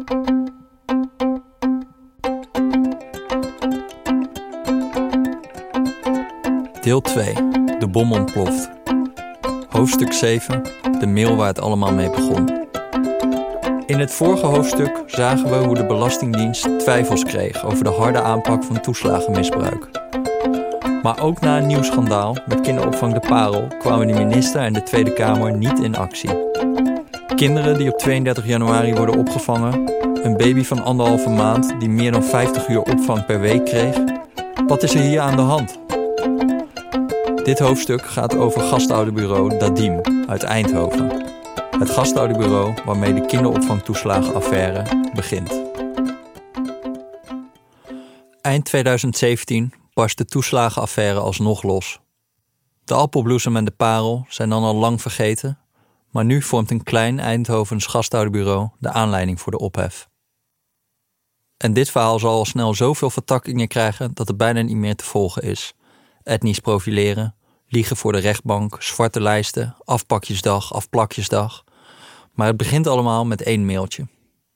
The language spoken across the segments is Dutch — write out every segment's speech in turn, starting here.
Deel 2. De bom ontploft. Hoofdstuk 7. De mail waar het allemaal mee begon. In het vorige hoofdstuk zagen we hoe de Belastingdienst twijfels kreeg over de harde aanpak van toeslagenmisbruik. Maar ook na een nieuw schandaal met kinderopvang De Parel kwamen de minister en de Tweede Kamer niet in actie. Kinderen die op 32 januari worden opgevangen, een baby van 1,5 maand die meer dan 50 uur opvang per week kreeg. Wat is er hier aan de hand? Dit hoofdstuk gaat over gastouderbureau Dadim uit Eindhoven. Het gastouderbureau waarmee de kinderopvangtoeslagenaffaire begint. Eind 2017 barst de toeslagenaffaire alsnog los. De appelbloesem en De Parel zijn dan al lang vergeten, maar nu vormt een klein Eindhovens gastouderbureau de aanleiding voor de ophef. En dit verhaal zal al snel zoveel vertakkingen krijgen dat het bijna niet meer te volgen is. Etnisch profileren, liegen voor de rechtbank, zwarte lijsten, afpakjesdag, afplakjesdag. Maar het begint allemaal met 1 mailtje.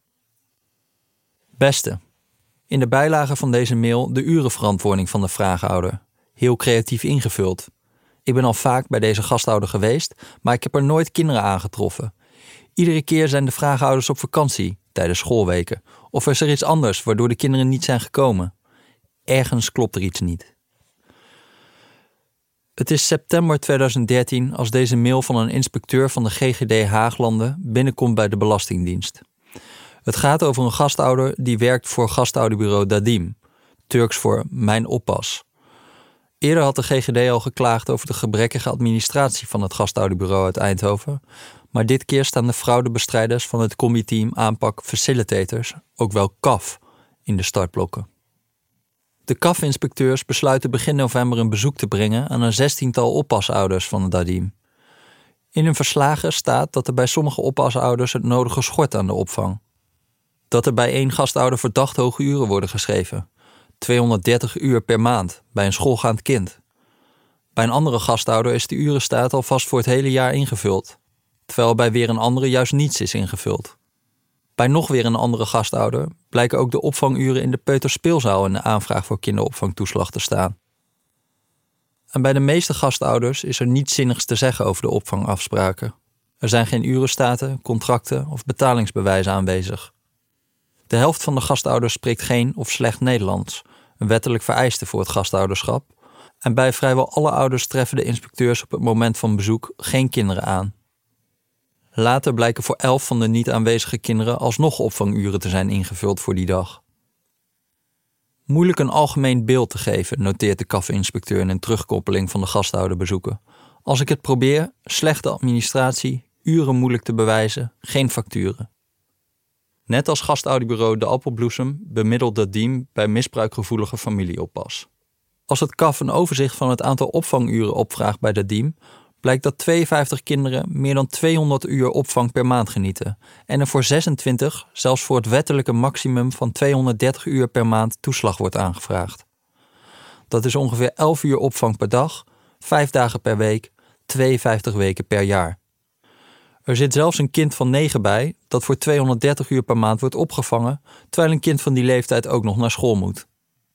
Beste, in de bijlage van deze mail de urenverantwoording van de vraaghouder. Heel creatief ingevuld. Ik ben al vaak bij deze gasthouder geweest, maar ik heb er nooit kinderen aangetroffen. Iedere keer zijn de vraaghouders op vakantie, tijdens schoolweken. Of is er iets anders waardoor de kinderen niet zijn gekomen. Ergens klopt er iets niet. Het is september 2013 als deze mail van een inspecteur van de GGD Haaglanden binnenkomt bij de Belastingdienst. Het gaat over een gastouder die werkt voor gastouderbureau Dadim, Turks voor Mijn Oppas. Eerder had de GGD al geklaagd over de gebrekkige administratie van het gastouderbureau uit Eindhoven, maar dit keer staan de fraudebestrijders van het combi-team aanpak Facilitators, ook wel CAF, in de startblokken. De CAF-inspecteurs besluiten begin november een bezoek te brengen aan een 16-tal oppasouders van Dadim. In hun verslagen staat dat er bij sommige oppasouders het nodige schort aan de opvang. Dat er bij 1 gastouder verdacht hoge uren worden geschreven. 230 uur per maand bij een schoolgaand kind. Bij een andere gastouder is de urenstaat alvast voor het hele jaar ingevuld, terwijl bij weer een andere juist niets is ingevuld. Bij nog weer een andere gastouder blijken ook de opvanguren in de peuterspeelzaal in de aanvraag voor kinderopvangtoeslag te staan. En bij de meeste gastouders is er niets zinnigs te zeggen over de opvangafspraken. Er zijn geen urenstaten, contracten of betalingsbewijzen aanwezig. De helft van de gastouders spreekt geen of slecht Nederlands, een wettelijk vereiste voor het gastouderschap. En bij vrijwel alle ouders treffen de inspecteurs op het moment van bezoek geen kinderen aan. Later blijken voor 11 van de niet aanwezige kinderen alsnog opvanguren te zijn ingevuld voor die dag. Moeilijk een algemeen beeld te geven, noteert de CAF-inspecteur in een terugkoppeling van de gasthouderbezoeken. Als ik het probeer, slechte administratie, uren moeilijk te bewijzen, geen facturen. Net als gastouderbureau De Appelbloesem bemiddelt Dadim bij misbruikgevoelige familieoppas. Als het CAF een overzicht van het aantal opvanguren opvraagt bij Dadim, blijkt dat 52 kinderen meer dan 200 uur opvang per maand genieten en er voor 26 zelfs voor het wettelijke maximum van 230 uur per maand toeslag wordt aangevraagd. Dat is ongeveer 11 uur opvang per dag, 5 dagen per week, 52 weken per jaar. Er zit zelfs een kind van 9 bij dat voor 230 uur per maand wordt opgevangen, terwijl een kind van die leeftijd ook nog naar school moet.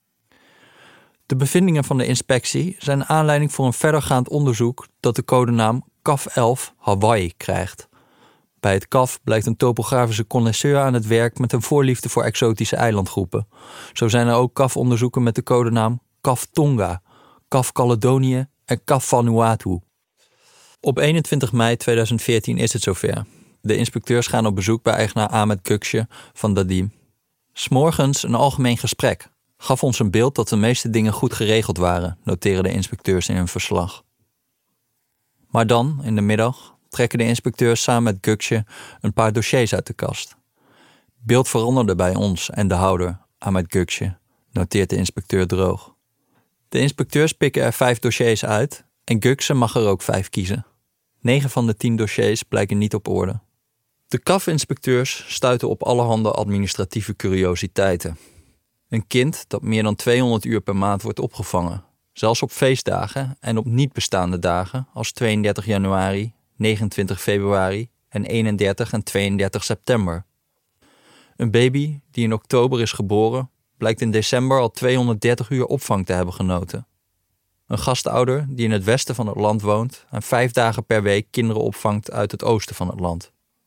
De bevindingen van de inspectie zijn aanleiding voor een verdergaand onderzoek dat de codenaam CAF 11 Hawaii krijgt. Bij het CAF blijkt een topografische connoisseur aan het werk met een voorliefde voor exotische eilandgroepen. Zo zijn er ook CAF-onderzoeken met de codenaam CAF Tonga, CAF Caledonië en CAF Vanuatu. Op 21 mei 2014 is het zover. De inspecteurs gaan op bezoek bij eigenaar Ahmed Gökçe van Dadim. 'S Morgens een algemeen gesprek. Gaf ons een beeld dat de meeste dingen goed geregeld waren, noteren de inspecteurs in hun verslag. Maar dan, in de middag, trekken de inspecteurs samen met Gökçe een paar dossiers uit de kast. Beeld veranderde bij ons en de houder, Ahmed Gökçe, noteert de inspecteur droog. De inspecteurs pikken er 5 dossiers uit en Gökçe mag er ook 5 kiezen. 9 van de 10 dossiers blijken niet op orde. De CAF-inspecteurs stuiten op allerhande administratieve curiositeiten. Een kind dat meer dan 200 uur per maand wordt opgevangen. Zelfs op feestdagen en op niet bestaande dagen als 32 januari, 29 februari en 31 en 32 september. Een baby die in oktober is geboren, blijkt in december al 230 uur opvang te hebben genoten. Een gastouder die in het westen van het land woont en 5 dagen per week kinderen opvangt uit het oosten van het land.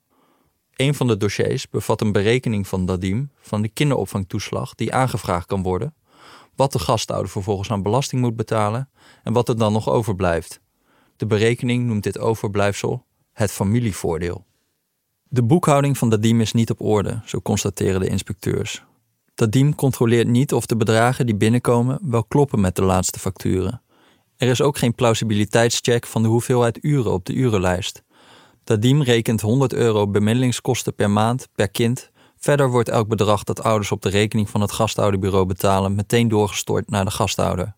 Een van de dossiers bevat een berekening van Dadim van de kinderopvangtoeslag die aangevraagd kan worden, wat de gastouder vervolgens aan belasting moet betalen en wat er dan nog overblijft. De berekening noemt dit overblijfsel het familievoordeel. De boekhouding van Dadim is niet op orde, zo constateren de inspecteurs. Dadim controleert niet of de bedragen die binnenkomen wel kloppen met de laatste facturen. Er is ook geen plausibiliteitscheck van de hoeveelheid uren op de urenlijst. Dadim rekent €100 bemiddelingskosten per maand, per kind. Verder wordt elk bedrag dat ouders op de rekening van het gastouderbureau betalen meteen doorgestort naar de gastouder.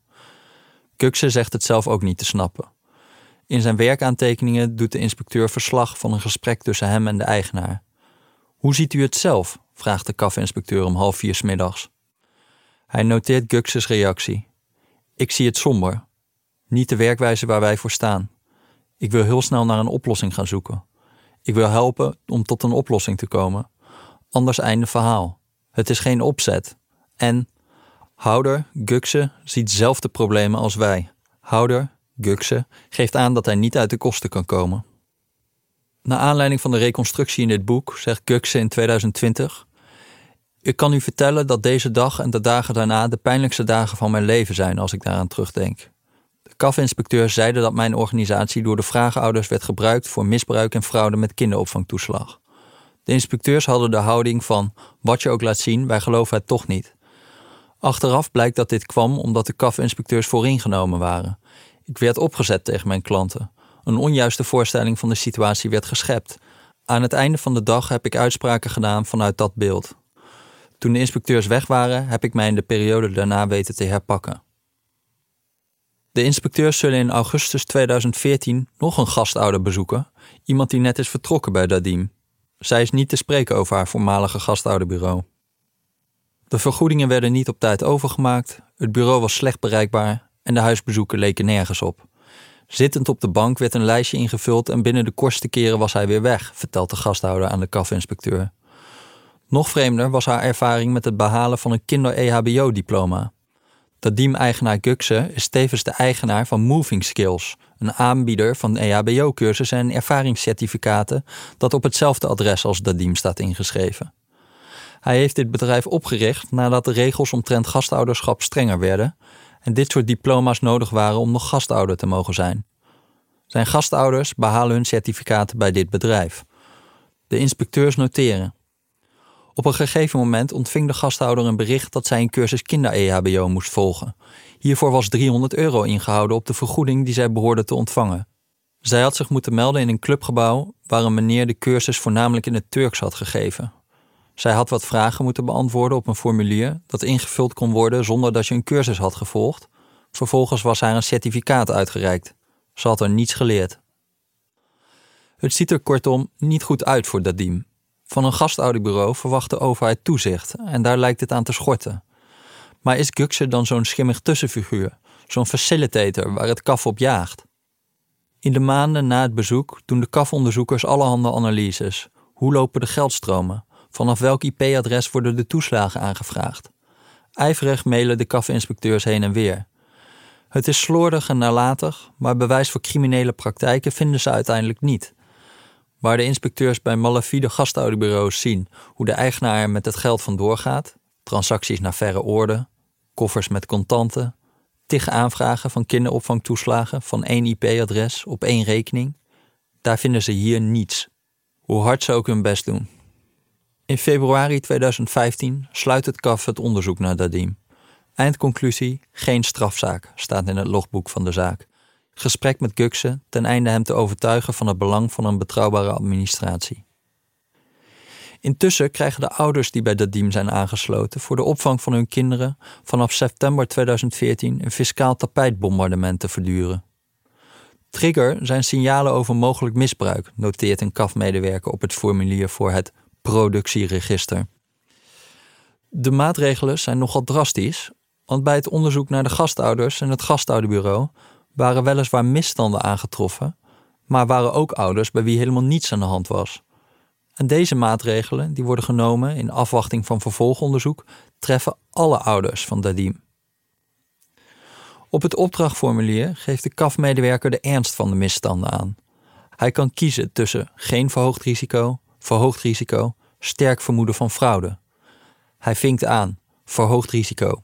Gökçe zegt het zelf ook niet te snappen. In zijn werkaantekeningen doet de inspecteur verslag van een gesprek tussen hem en de eigenaar. Hoe ziet u het zelf? Vraagt de kafinspecteur om 3:30 's middags. Hij noteert Gökçe's reactie. Ik zie het somber. Niet de werkwijze waar wij voor staan. Ik wil heel snel naar een oplossing gaan zoeken. Ik wil helpen om tot een oplossing te komen. Anders einde verhaal. Het is geen opzet. En Houder, Gökçe, ziet zelf de problemen als wij. Houder, Gökçe, geeft aan dat hij niet uit de kosten kan komen. Naar aanleiding van de reconstructie in dit boek zegt Gökçe in 2020... Ik kan u vertellen dat deze dag en de dagen daarna de pijnlijkste dagen van mijn leven zijn als ik daaraan terugdenk. De kafinspecteurs zeiden dat mijn organisatie door de vraagouders werd gebruikt voor misbruik en fraude met kinderopvangtoeslag. De inspecteurs hadden de houding van, wat je ook laat zien, wij geloven het toch niet. Achteraf blijkt dat dit kwam omdat de kafinspecteurs vooringenomen waren. Ik werd opgezet tegen mijn klanten. Een onjuiste voorstelling van de situatie werd geschept. Aan het einde van de dag heb ik uitspraken gedaan vanuit dat beeld. Toen de inspecteurs weg waren, heb ik mij in de periode daarna weten te herpakken. De inspecteurs zullen in augustus 2014 nog een gastouder bezoeken, iemand die net is vertrokken bij Dadim. Zij is niet te spreken over haar voormalige gastouderbureau. De vergoedingen werden niet op tijd overgemaakt, het bureau was slecht bereikbaar en de huisbezoeken leken nergens op. Zittend op de bank werd een lijstje ingevuld en binnen de kortste keren was hij weer weg, vertelt de gasthouder aan de kafinspecteur. Nog vreemder was haar ervaring met het behalen van een kinder-EHBO-diploma. Dadim-eigenaar Gökçe is tevens de eigenaar van Moving Skills, een aanbieder van EHBO-cursussen en ervaringscertificaten dat op hetzelfde adres als Dadim staat ingeschreven. Hij heeft dit bedrijf opgericht nadat de regels omtrent gastouderschap strenger werden en dit soort diploma's nodig waren om nog gastouder te mogen zijn. Zijn gastouders behalen hun certificaten bij dit bedrijf. De inspecteurs noteren. Op een gegeven moment ontving de gasthouder een bericht dat zij een cursus kinder-EHBO moest volgen. Hiervoor was €300 ingehouden op de vergoeding die zij behoorde te ontvangen. Zij had zich moeten melden in een clubgebouw waar een meneer de cursus voornamelijk in het Turks had gegeven. Zij had wat vragen moeten beantwoorden op een formulier dat ingevuld kon worden zonder dat je een cursus had gevolgd. Vervolgens was haar een certificaat uitgereikt. Ze had er niets geleerd. Het ziet er kortom niet goed uit voor Dadim. Van een gastouderbureau verwacht de overheid toezicht en daar lijkt het aan te schorten. Maar is Gökçe dan zo'n schimmig tussenfiguur, zo'n facilitator waar het KAF op jaagt? In de maanden na het bezoek doen de KAF-onderzoekers allerhande analyses. Hoe lopen de geldstromen? Vanaf welk IP-adres worden de toeslagen aangevraagd? Ijverig mailen de KAF-inspecteurs heen en weer. Het is slordig en nalatig, maar bewijs voor criminele praktijken vinden ze uiteindelijk niet. Waar de inspecteurs bij malafide gastouderbureaus zien hoe de eigenaar er met het geld vandoor gaat, transacties naar verre oorden, koffers met contanten, tig aanvragen van kinderopvangtoeslagen van 1 IP-adres op 1 rekening, daar vinden ze hier niets. Hoe hard ze ook hun best doen. In februari 2015 sluit het KAF het onderzoek naar Dadim. Eindconclusie, geen strafzaak, staat in het logboek van de zaak. Gesprek met Gökçe ten einde hem te overtuigen van het belang van een betrouwbare administratie. Intussen krijgen de ouders die bij Dadim zijn aangesloten voor de opvang van hun kinderen vanaf september 2014 een fiscaal tapijtbombardement te verduren. Trigger zijn signalen over mogelijk misbruik, noteert een KAF-medewerker op het formulier voor het productieregister. De maatregelen zijn nogal drastisch, want bij het onderzoek naar de gastouders en het gastouderbureau waren weliswaar misstanden aangetroffen, maar waren ook ouders bij wie helemaal niets aan de hand was. En deze maatregelen, die worden genomen in afwachting van vervolgonderzoek, treffen alle ouders van Dadim. Op het opdrachtformulier geeft de KAF-medewerker de ernst van de misstanden aan. Hij kan kiezen tussen geen verhoogd risico, sterk vermoeden van fraude. Hij vinkt aan, verhoogd risico.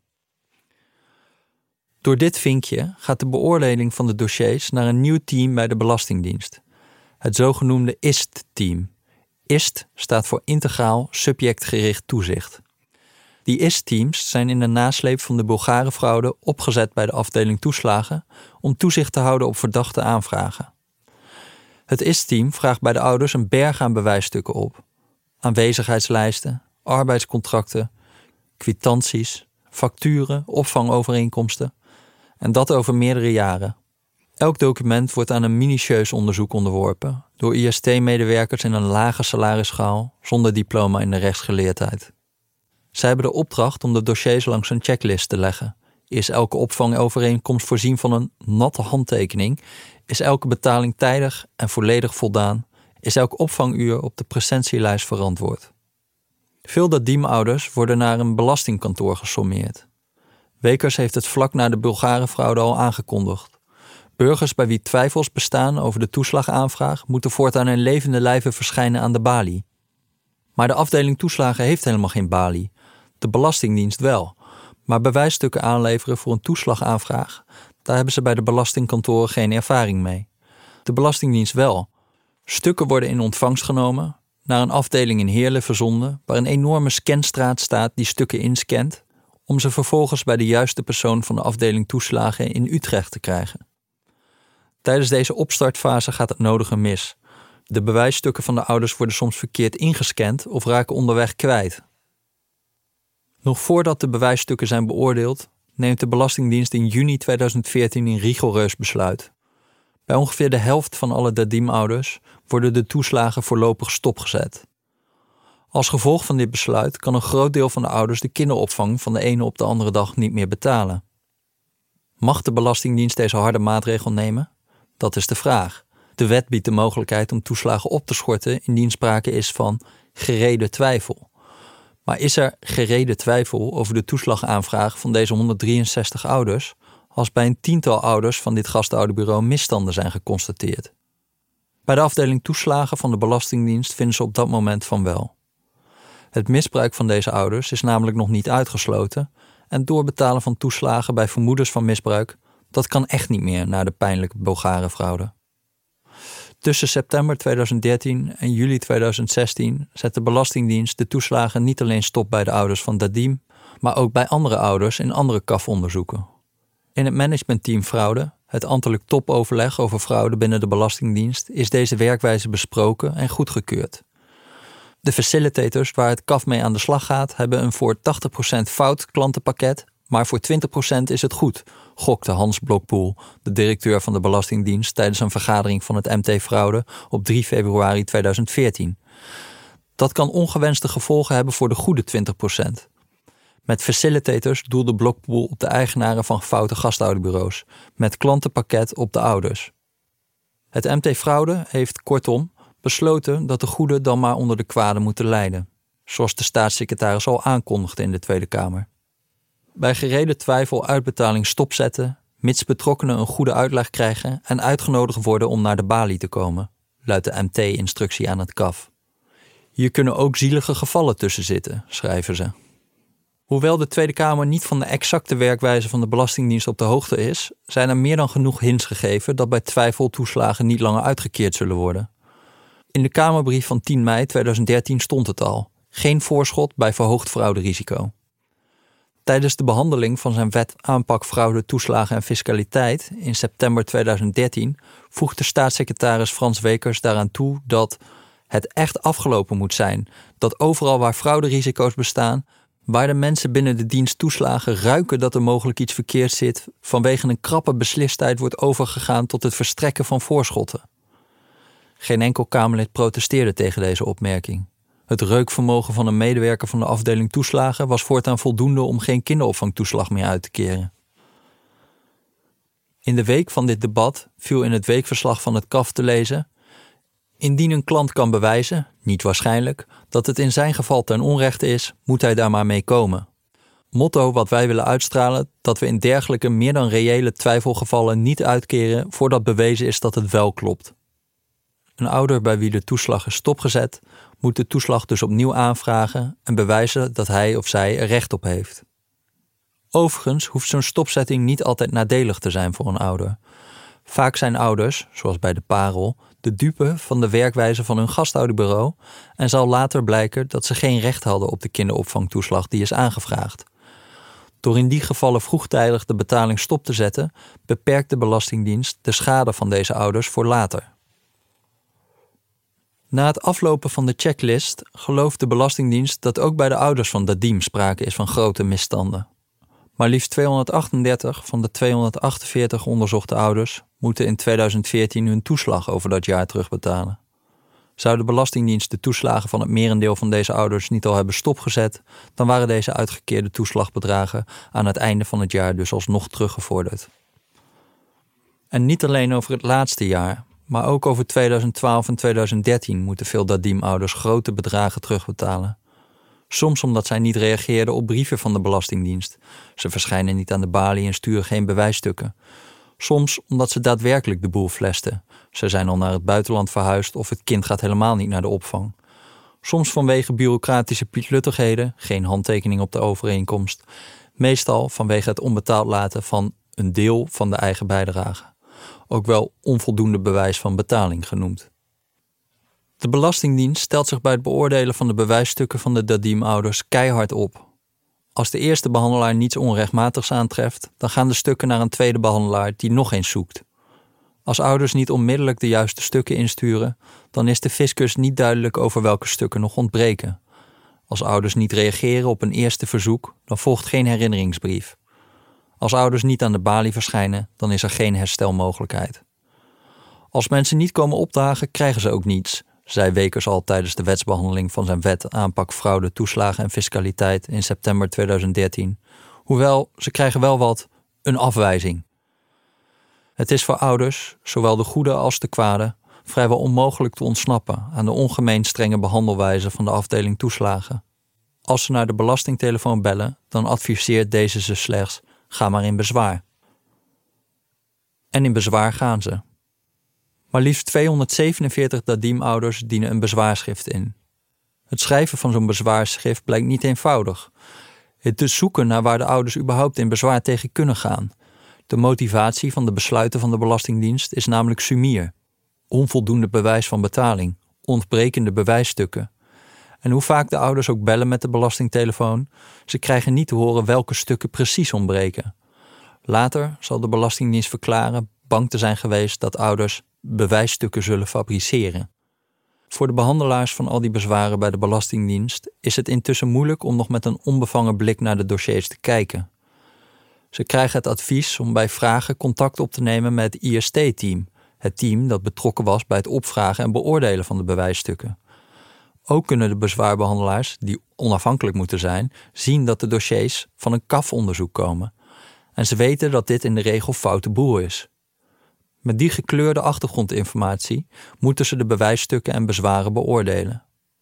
Door dit vinkje gaat de beoordeling van de dossiers naar een nieuw team bij de Belastingdienst. Het zogenoemde IST-team. IST staat voor Integraal Subjectgericht Toezicht. Die IST-teams zijn in de nasleep van de Bulgarenfraude opgezet bij de afdeling toeslagen om toezicht te houden op verdachte aanvragen. Het IST-team vraagt bij de ouders een berg aan bewijsstukken op. Aanwezigheidslijsten, arbeidscontracten, kwitanties, facturen, opvangovereenkomsten. En dat over meerdere jaren. Elk document wordt aan een minutieus onderzoek onderworpen door IST-medewerkers in een lage salarisschaal zonder diploma in de rechtsgeleerdheid. Zij hebben de opdracht om de dossiers langs een checklist te leggen. Is elke opvangovereenkomst voorzien van een natte handtekening? Is elke betaling tijdig en volledig voldaan? Is elk opvanguur op de presentielijst verantwoord? Veel Dadim-ouders worden naar een belastingkantoor gesommeerd. Wekers heeft het vlak na de Bulgarenfraude al aangekondigd. Burgers bij wie twijfels bestaan over de toeslagaanvraag moeten voortaan in levende lijve verschijnen aan de balie. Maar de afdeling toeslagen heeft helemaal geen balie. De Belastingdienst wel. Maar bewijsstukken aanleveren voor een toeslagaanvraag, daar hebben ze bij de belastingkantoren geen ervaring mee. De Belastingdienst wel. Stukken worden in ontvangst genomen, naar een afdeling in Heerlen verzonden, waar een enorme scanstraat staat die stukken inscant, om ze vervolgens bij de juiste persoon van de afdeling toeslagen in Utrecht te krijgen. Tijdens deze opstartfase gaat het nodige mis. De bewijsstukken van de ouders worden soms verkeerd ingescand of raken onderweg kwijt. Nog voordat de bewijsstukken zijn beoordeeld, neemt de Belastingdienst in juni 2014 een rigoureus besluit. Bij ongeveer de helft van alle Dadim-ouders worden de toeslagen voorlopig stopgezet. Als gevolg van dit besluit kan een groot deel van de ouders de kinderopvang van de ene op de andere dag niet meer betalen. Mag de Belastingdienst deze harde maatregel nemen? Dat is de vraag. De wet biedt de mogelijkheid om toeslagen op te schorten indien sprake is van gereden twijfel. Maar is er gereden twijfel over de toeslagaanvraag van deze 163 ouders als bij een tiental ouders van dit gastouderbureau misstanden zijn geconstateerd? Bij de afdeling toeslagen van de Belastingdienst vinden ze op dat moment van wel. Het misbruik van deze ouders is namelijk nog niet uitgesloten en doorbetalen van toeslagen bij vermoedens van misbruik, dat kan echt niet meer na de pijnlijke Bulgarenfraude. Tussen september 2013 en juli 2016 zet de Belastingdienst de toeslagen niet alleen stop bij de ouders van Dadim, maar ook bij andere ouders in andere KAF-onderzoeken. In het managementteam fraude, het ambtelijk topoverleg over fraude binnen de Belastingdienst, is deze werkwijze besproken en goedgekeurd. De facilitators waar het KAF mee aan de slag gaat, hebben een voor 80% fout klantenpakket, maar voor 20% is het goed, gokte Hans Blokpoel, de directeur van de Belastingdienst, tijdens een vergadering van het MT Fraude op 3 februari 2014. Dat kan ongewenste gevolgen hebben voor de goede 20%. Met facilitators doelde Blokpoel op de eigenaren van foute gastouderbureaus, met klantenpakket op de ouders. Het MT Fraude heeft kortom besloten dat de goede dan maar onder de kwade moeten lijden, zoals de staatssecretaris al aankondigde in de Tweede Kamer. Bij gereden twijfel uitbetaling stopzetten, mits betrokkenen een goede uitleg krijgen en uitgenodigd worden om naar de balie te komen, luidt de MT-instructie aan het KAF. Hier kunnen ook zielige gevallen tussen zitten, schrijven ze. Hoewel de Tweede Kamer niet van de exacte werkwijze van de Belastingdienst op de hoogte is, zijn er meer dan genoeg hints gegeven dat bij twijfel toeslagen niet langer uitgekeerd zullen worden. In de Kamerbrief van 10 mei 2013 stond het al: geen voorschot bij verhoogd frauderisico. Tijdens de behandeling van zijn wet aanpak fraude, toeslagen en fiscaliteit in september 2013 voegde staatssecretaris Frans Wekers daaraan toe dat het echt afgelopen moet zijn, dat overal waar frauderisico's bestaan, waar de mensen binnen de dienst toeslagen ruiken dat er mogelijk iets verkeerd zit, vanwege een krappe beslistheid wordt overgegaan tot het verstrekken van voorschotten. Geen enkel Kamerlid protesteerde tegen deze opmerking. Het reukvermogen van een medewerker van de afdeling toeslagen was voortaan voldoende om geen kinderopvangtoeslag meer uit te keren. In de week van dit debat viel in het weekverslag van het KAF te lezen: Indien een klant kan bewijzen, niet waarschijnlijk, dat het in zijn geval ten onrechte is, moet hij daar maar mee komen. Motto wat wij willen uitstralen, dat we in dergelijke meer dan reële twijfelgevallen niet uitkeren voordat bewezen is dat het wel klopt. Een ouder bij wie de toeslag is stopgezet, moet de toeslag dus opnieuw aanvragen en bewijzen dat hij of zij er recht op heeft. Overigens hoeft zo'n stopzetting niet altijd nadelig te zijn voor een ouder. Vaak zijn ouders, zoals bij de parel, de dupe van de werkwijze van hun gastouderbureau en zal later blijken dat ze geen recht hadden op de kinderopvangtoeslag die is aangevraagd. Door in die gevallen vroegtijdig de betaling stop te zetten, beperkt de Belastingdienst de schade van deze ouders voor later. Na het aflopen van de checklist gelooft de Belastingdienst dat ook bij de ouders van Dadim sprake is van grote misstanden. Maar liefst 238 van de 248 onderzochte ouders moeten in 2014 hun toeslag over dat jaar terugbetalen. Zou de Belastingdienst de toeslagen van het merendeel van deze ouders niet al hebben stopgezet, dan waren deze uitgekeerde toeslagbedragen aan het einde van het jaar dus alsnog teruggevorderd. En niet alleen over het laatste jaar, maar ook over 2012 en 2013 moeten veel Dadim-ouders grote bedragen terugbetalen. Soms omdat zij niet reageerden op brieven van de Belastingdienst. Ze verschijnen niet aan de balie en sturen geen bewijsstukken. Soms omdat ze daadwerkelijk de boel flesten. Ze zijn al naar het buitenland verhuisd of het kind gaat helemaal niet naar de opvang. Soms vanwege bureaucratische pietluttigheden, geen handtekening op de overeenkomst. Meestal vanwege het onbetaald laten van een deel van de eigen bijdrage. Ook wel onvoldoende bewijs van betaling genoemd. De Belastingdienst stelt zich bij het beoordelen van de bewijsstukken van de Dadim-ouders keihard op. Als de eerste behandelaar niets onrechtmatigs aantreft, dan gaan de stukken naar een tweede behandelaar die nog eens zoekt. Als ouders niet onmiddellijk de juiste stukken insturen, dan is de fiscus niet duidelijk over welke stukken nog ontbreken. Als ouders niet reageren op een eerste verzoek, dan volgt geen herinneringsbrief. Als ouders niet aan de balie verschijnen, dan is er geen herstelmogelijkheid. Als mensen niet komen opdagen, krijgen ze ook niets, zei Wekers al tijdens de wetsbehandeling van zijn wet aanpak fraude, toeslagen en fiscaliteit in september 2013. Hoewel, ze krijgen wel wat, een afwijzing. Het is voor ouders, zowel de goede als de kwade, vrijwel onmogelijk te ontsnappen aan de ongemeen strenge behandelwijze van de afdeling toeslagen. Als ze naar de belastingtelefoon bellen, dan adviseert deze ze slechts: ga maar in bezwaar. En in bezwaar gaan ze. Maar liefst 247 Dadim-ouders dienen een bezwaarschrift in. Het schrijven van zo'n bezwaarschrift blijkt niet eenvoudig. Het te zoeken naar waar de ouders überhaupt in bezwaar tegen kunnen gaan. De motivatie van de besluiten van de Belastingdienst is namelijk sumier. Onvoldoende bewijs van betaling, ontbrekende bewijsstukken. En hoe vaak de ouders ook bellen met de belastingtelefoon, ze krijgen niet te horen welke stukken precies ontbreken. Later zal de Belastingdienst verklaren bang te zijn geweest dat ouders bewijsstukken zullen fabriceren. Voor de behandelaars van al die bezwaren bij de Belastingdienst is het intussen moeilijk om nog met een onbevangen blik naar de dossiers te kijken. Ze krijgen het advies om bij vragen contact op te nemen met het IST-team, het team dat betrokken was bij het opvragen en beoordelen van de bewijsstukken. Ook kunnen de bezwaarbehandelaars, die onafhankelijk moeten zijn, zien dat de dossiers van een CAF-onderzoek komen. En ze weten dat dit in de regel foute boel is. Met die gekleurde achtergrondinformatie moeten ze de bewijsstukken en bezwaren beoordelen.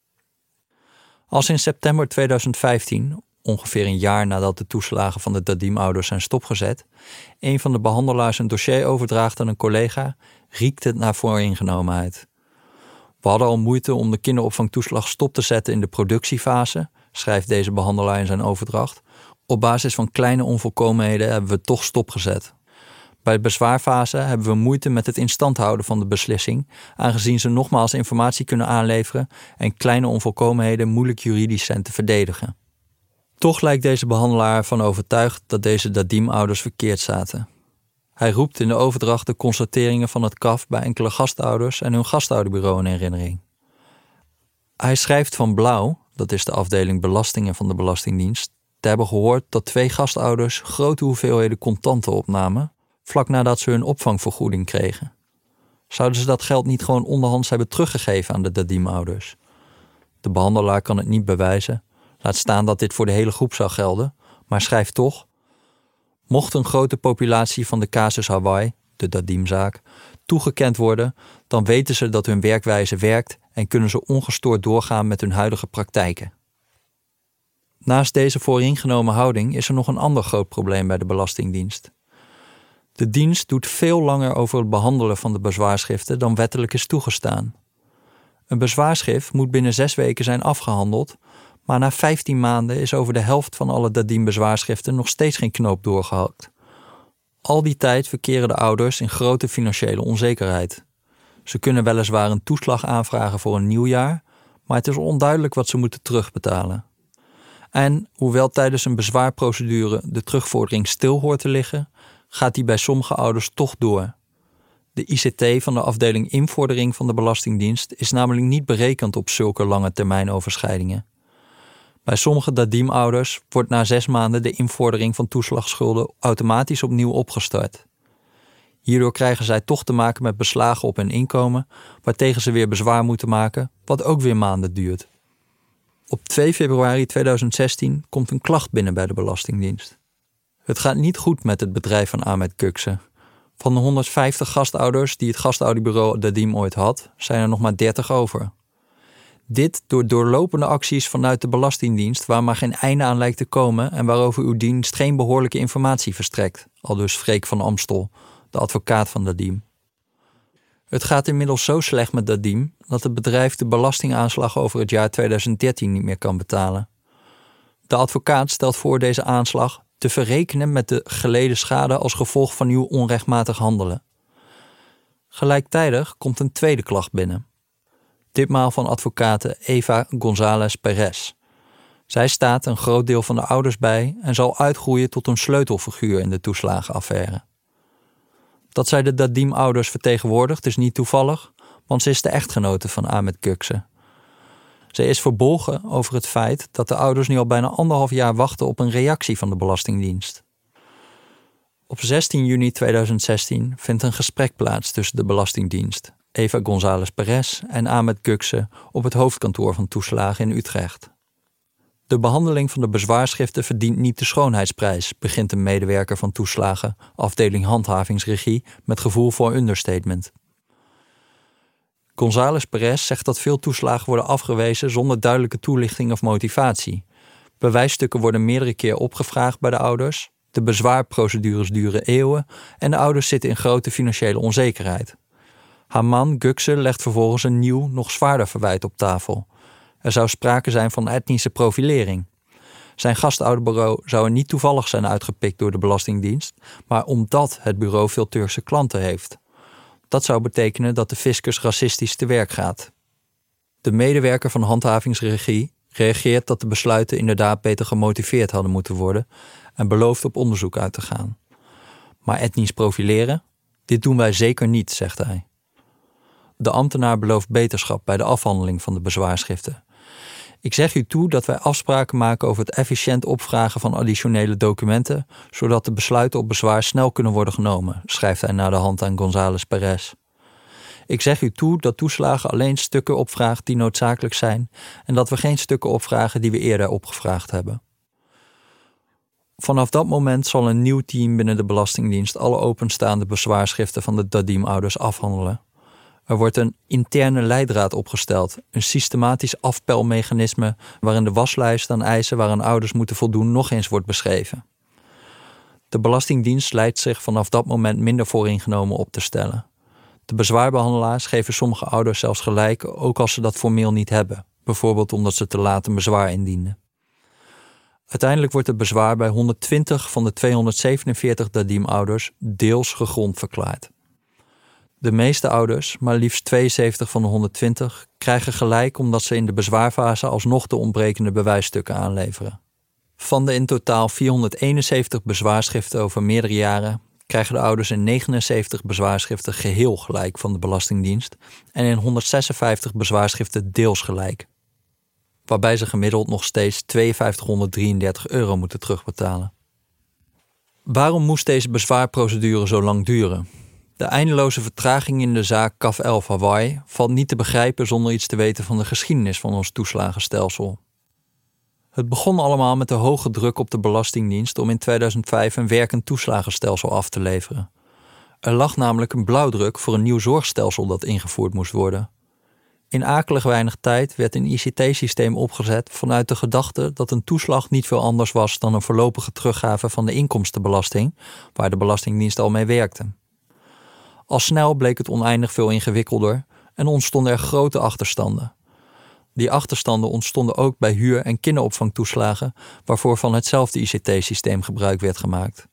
Als in september 2015, ongeveer een jaar nadat de toeslagen van de Dadim-ouders zijn stopgezet, een van de behandelaars een dossier overdraagt aan een collega, riekt het naar vooringenomenheid. We hadden al moeite om de kinderopvangtoeslag stop te zetten in de productiefase, schrijft deze behandelaar in zijn overdracht. Op basis van kleine onvolkomenheden hebben we toch stopgezet. Bij de bezwaarfase hebben we moeite met het instand houden van de beslissing, aangezien ze nogmaals informatie kunnen aanleveren en kleine onvolkomenheden moeilijk juridisch zijn te verdedigen. Toch lijkt deze behandelaar ervan overtuigd dat deze Dadim-ouders verkeerd zaten. Hij roept in de overdracht de constateringen van het CAF bij enkele gastouders en hun gastouderbureau in herinnering. Hij schrijft van Blauw, dat is de afdeling belastingen van de Belastingdienst, te hebben gehoord dat 2 gastouders grote hoeveelheden contanten opnamen vlak nadat ze hun opvangvergoeding kregen. Zouden ze dat geld niet gewoon onderhands hebben teruggegeven aan de Dadim-ouders? De behandelaar kan het niet bewijzen, laat staan dat dit voor de hele groep zou gelden, maar schrijft toch: mocht een grote populatie van de casus Hawaii, de Dadim-zaak, toegekend worden, dan weten ze dat hun werkwijze werkt en kunnen ze ongestoord doorgaan met hun huidige praktijken. Naast deze vooringenomen houding is er nog een ander groot probleem bij de Belastingdienst. De dienst doet veel langer over het behandelen van de bezwaarschriften dan wettelijk is toegestaan. Een bezwaarschrift moet binnen 6 weken zijn afgehandeld, maar na 15 maanden is over de helft van alle DADIM-bezwaarschriften nog steeds geen knoop doorgehakt. Al die tijd verkeren de ouders in grote financiële onzekerheid. Ze kunnen weliswaar een toeslag aanvragen voor een nieuw jaar, maar het is onduidelijk wat ze moeten terugbetalen. En hoewel tijdens een bezwaarprocedure de terugvordering stil hoort te liggen, gaat die bij sommige ouders toch door. De ICT van de afdeling invordering van de Belastingdienst is namelijk niet berekend op zulke lange termijnoverschrijdingen. Bij sommige DADIM-ouders wordt na 6 maanden de invordering van toeslagschulden automatisch opnieuw opgestart. Hierdoor krijgen zij toch te maken met beslagen op hun inkomen, waartegen ze weer bezwaar moeten maken, wat ook weer maanden duurt. Op 2 februari 2016 komt een klacht binnen bij de Belastingdienst. Het gaat niet goed met het bedrijf van Ahmed Kukse. Van de 150 gastouders die het gastouderbureau DADIM ooit had, zijn er nog maar 30 over. Dit door doorlopende acties vanuit de Belastingdienst waar maar geen einde aan lijkt te komen en waarover uw dienst geen behoorlijke informatie verstrekt, aldus Freek van Amstel, de advocaat van DADIM. Het gaat inmiddels zo slecht met DADIM dat het bedrijf de belastingaanslag over het jaar 2013 niet meer kan betalen. De advocaat stelt voor deze aanslag te verrekenen met de geleden schade als gevolg van uw onrechtmatig handelen. Gelijktijdig komt een tweede klacht binnen. Ditmaal van advocate Eva González Perez. Zij staat een groot deel van de ouders bij en zal uitgroeien tot een sleutelfiguur in de toeslagenaffaire. Dat zij de DADIM-ouders vertegenwoordigt is niet toevallig, want ze is de echtgenote van Ahmed Kukse. Ze is verbolgen over het feit dat de ouders nu al bijna 1,5 jaar wachten op een reactie van de Belastingdienst. Op 16 juni 2016 vindt een gesprek plaats tussen de Belastingdienst, Eva González Perez en Ahmed Kukse op het hoofdkantoor van toeslagen in Utrecht. De behandeling van de bezwaarschriften verdient niet de schoonheidsprijs, begint een medewerker van toeslagen, afdeling handhavingsregie, met gevoel voor understatement. González Perez zegt dat veel toeslagen worden afgewezen zonder duidelijke toelichting of motivatie. Bewijsstukken worden meerdere keer opgevraagd bij de ouders, de bezwaarprocedures duren eeuwen en de ouders zitten in grote financiële onzekerheid. Haar man, Kukse, legt vervolgens een nieuw, nog zwaarder verwijt op tafel. Er zou sprake zijn van etnische profilering. Zijn gastouderbureau zou er niet toevallig zijn uitgepikt door de Belastingdienst, maar omdat het bureau veel Turkse klanten heeft. Dat zou betekenen dat de fiscus racistisch te werk gaat. De medewerker van handhavingsregie reageert dat de besluiten inderdaad beter gemotiveerd hadden moeten worden en belooft op onderzoek uit te gaan. Maar etnisch profileren? Dit doen wij zeker niet, zegt hij. De ambtenaar belooft beterschap bij de afhandeling van de bezwaarschriften. Ik zeg u toe dat wij afspraken maken over het efficiënt opvragen van additionele documenten, zodat de besluiten op bezwaar snel kunnen worden genomen, schrijft hij na de hand aan González Perez. Ik zeg u toe dat toeslagen alleen stukken opvraagt die noodzakelijk zijn en dat we geen stukken opvragen die we eerder opgevraagd hebben. Vanaf dat moment zal een nieuw team binnen de Belastingdienst alle openstaande bezwaarschriften van de DADIM-ouders afhandelen. Er wordt een interne leidraad opgesteld, een systematisch afpelmechanisme waarin de waslijst aan eisen waaraan ouders moeten voldoen nog eens wordt beschreven. De Belastingdienst lijkt zich vanaf dat moment minder vooringenomen op te stellen. De bezwaarbehandelaars geven sommige ouders zelfs gelijk, ook als ze dat formeel niet hebben, bijvoorbeeld omdat ze te laat een bezwaar indienden. Uiteindelijk wordt het bezwaar bij 120 van de 247 DADIM-ouders deels gegrond verklaard. De meeste ouders, maar liefst 72 van de 120, krijgen gelijk omdat ze in de bezwaarfase alsnog de ontbrekende bewijsstukken aanleveren. Van de in totaal 471 bezwaarschriften over meerdere jaren krijgen de ouders in 79 bezwaarschriften geheel gelijk van de Belastingdienst en in 156 bezwaarschriften deels gelijk, waarbij ze gemiddeld nog steeds €5233 moeten terugbetalen. Waarom moest deze bezwaarprocedure zo lang duren? De eindeloze vertraging in de zaak Kaf 11 Hawaii valt niet te begrijpen zonder iets te weten van de geschiedenis van ons toeslagenstelsel. Het begon allemaal met de hoge druk op de Belastingdienst om in 2005 een werkend toeslagenstelsel af te leveren. Er lag namelijk een blauwdruk voor een nieuw zorgstelsel dat ingevoerd moest worden. In akelig weinig tijd werd een ICT-systeem opgezet vanuit de gedachte dat een toeslag niet veel anders was dan een voorlopige teruggave van de inkomstenbelasting, waar de Belastingdienst al mee werkte. Al snel bleek het oneindig veel ingewikkelder en ontstonden er grote achterstanden. Die achterstanden ontstonden ook bij huur- en kinderopvangtoeslagen, waarvoor van hetzelfde ICT-systeem gebruik werd gemaakt.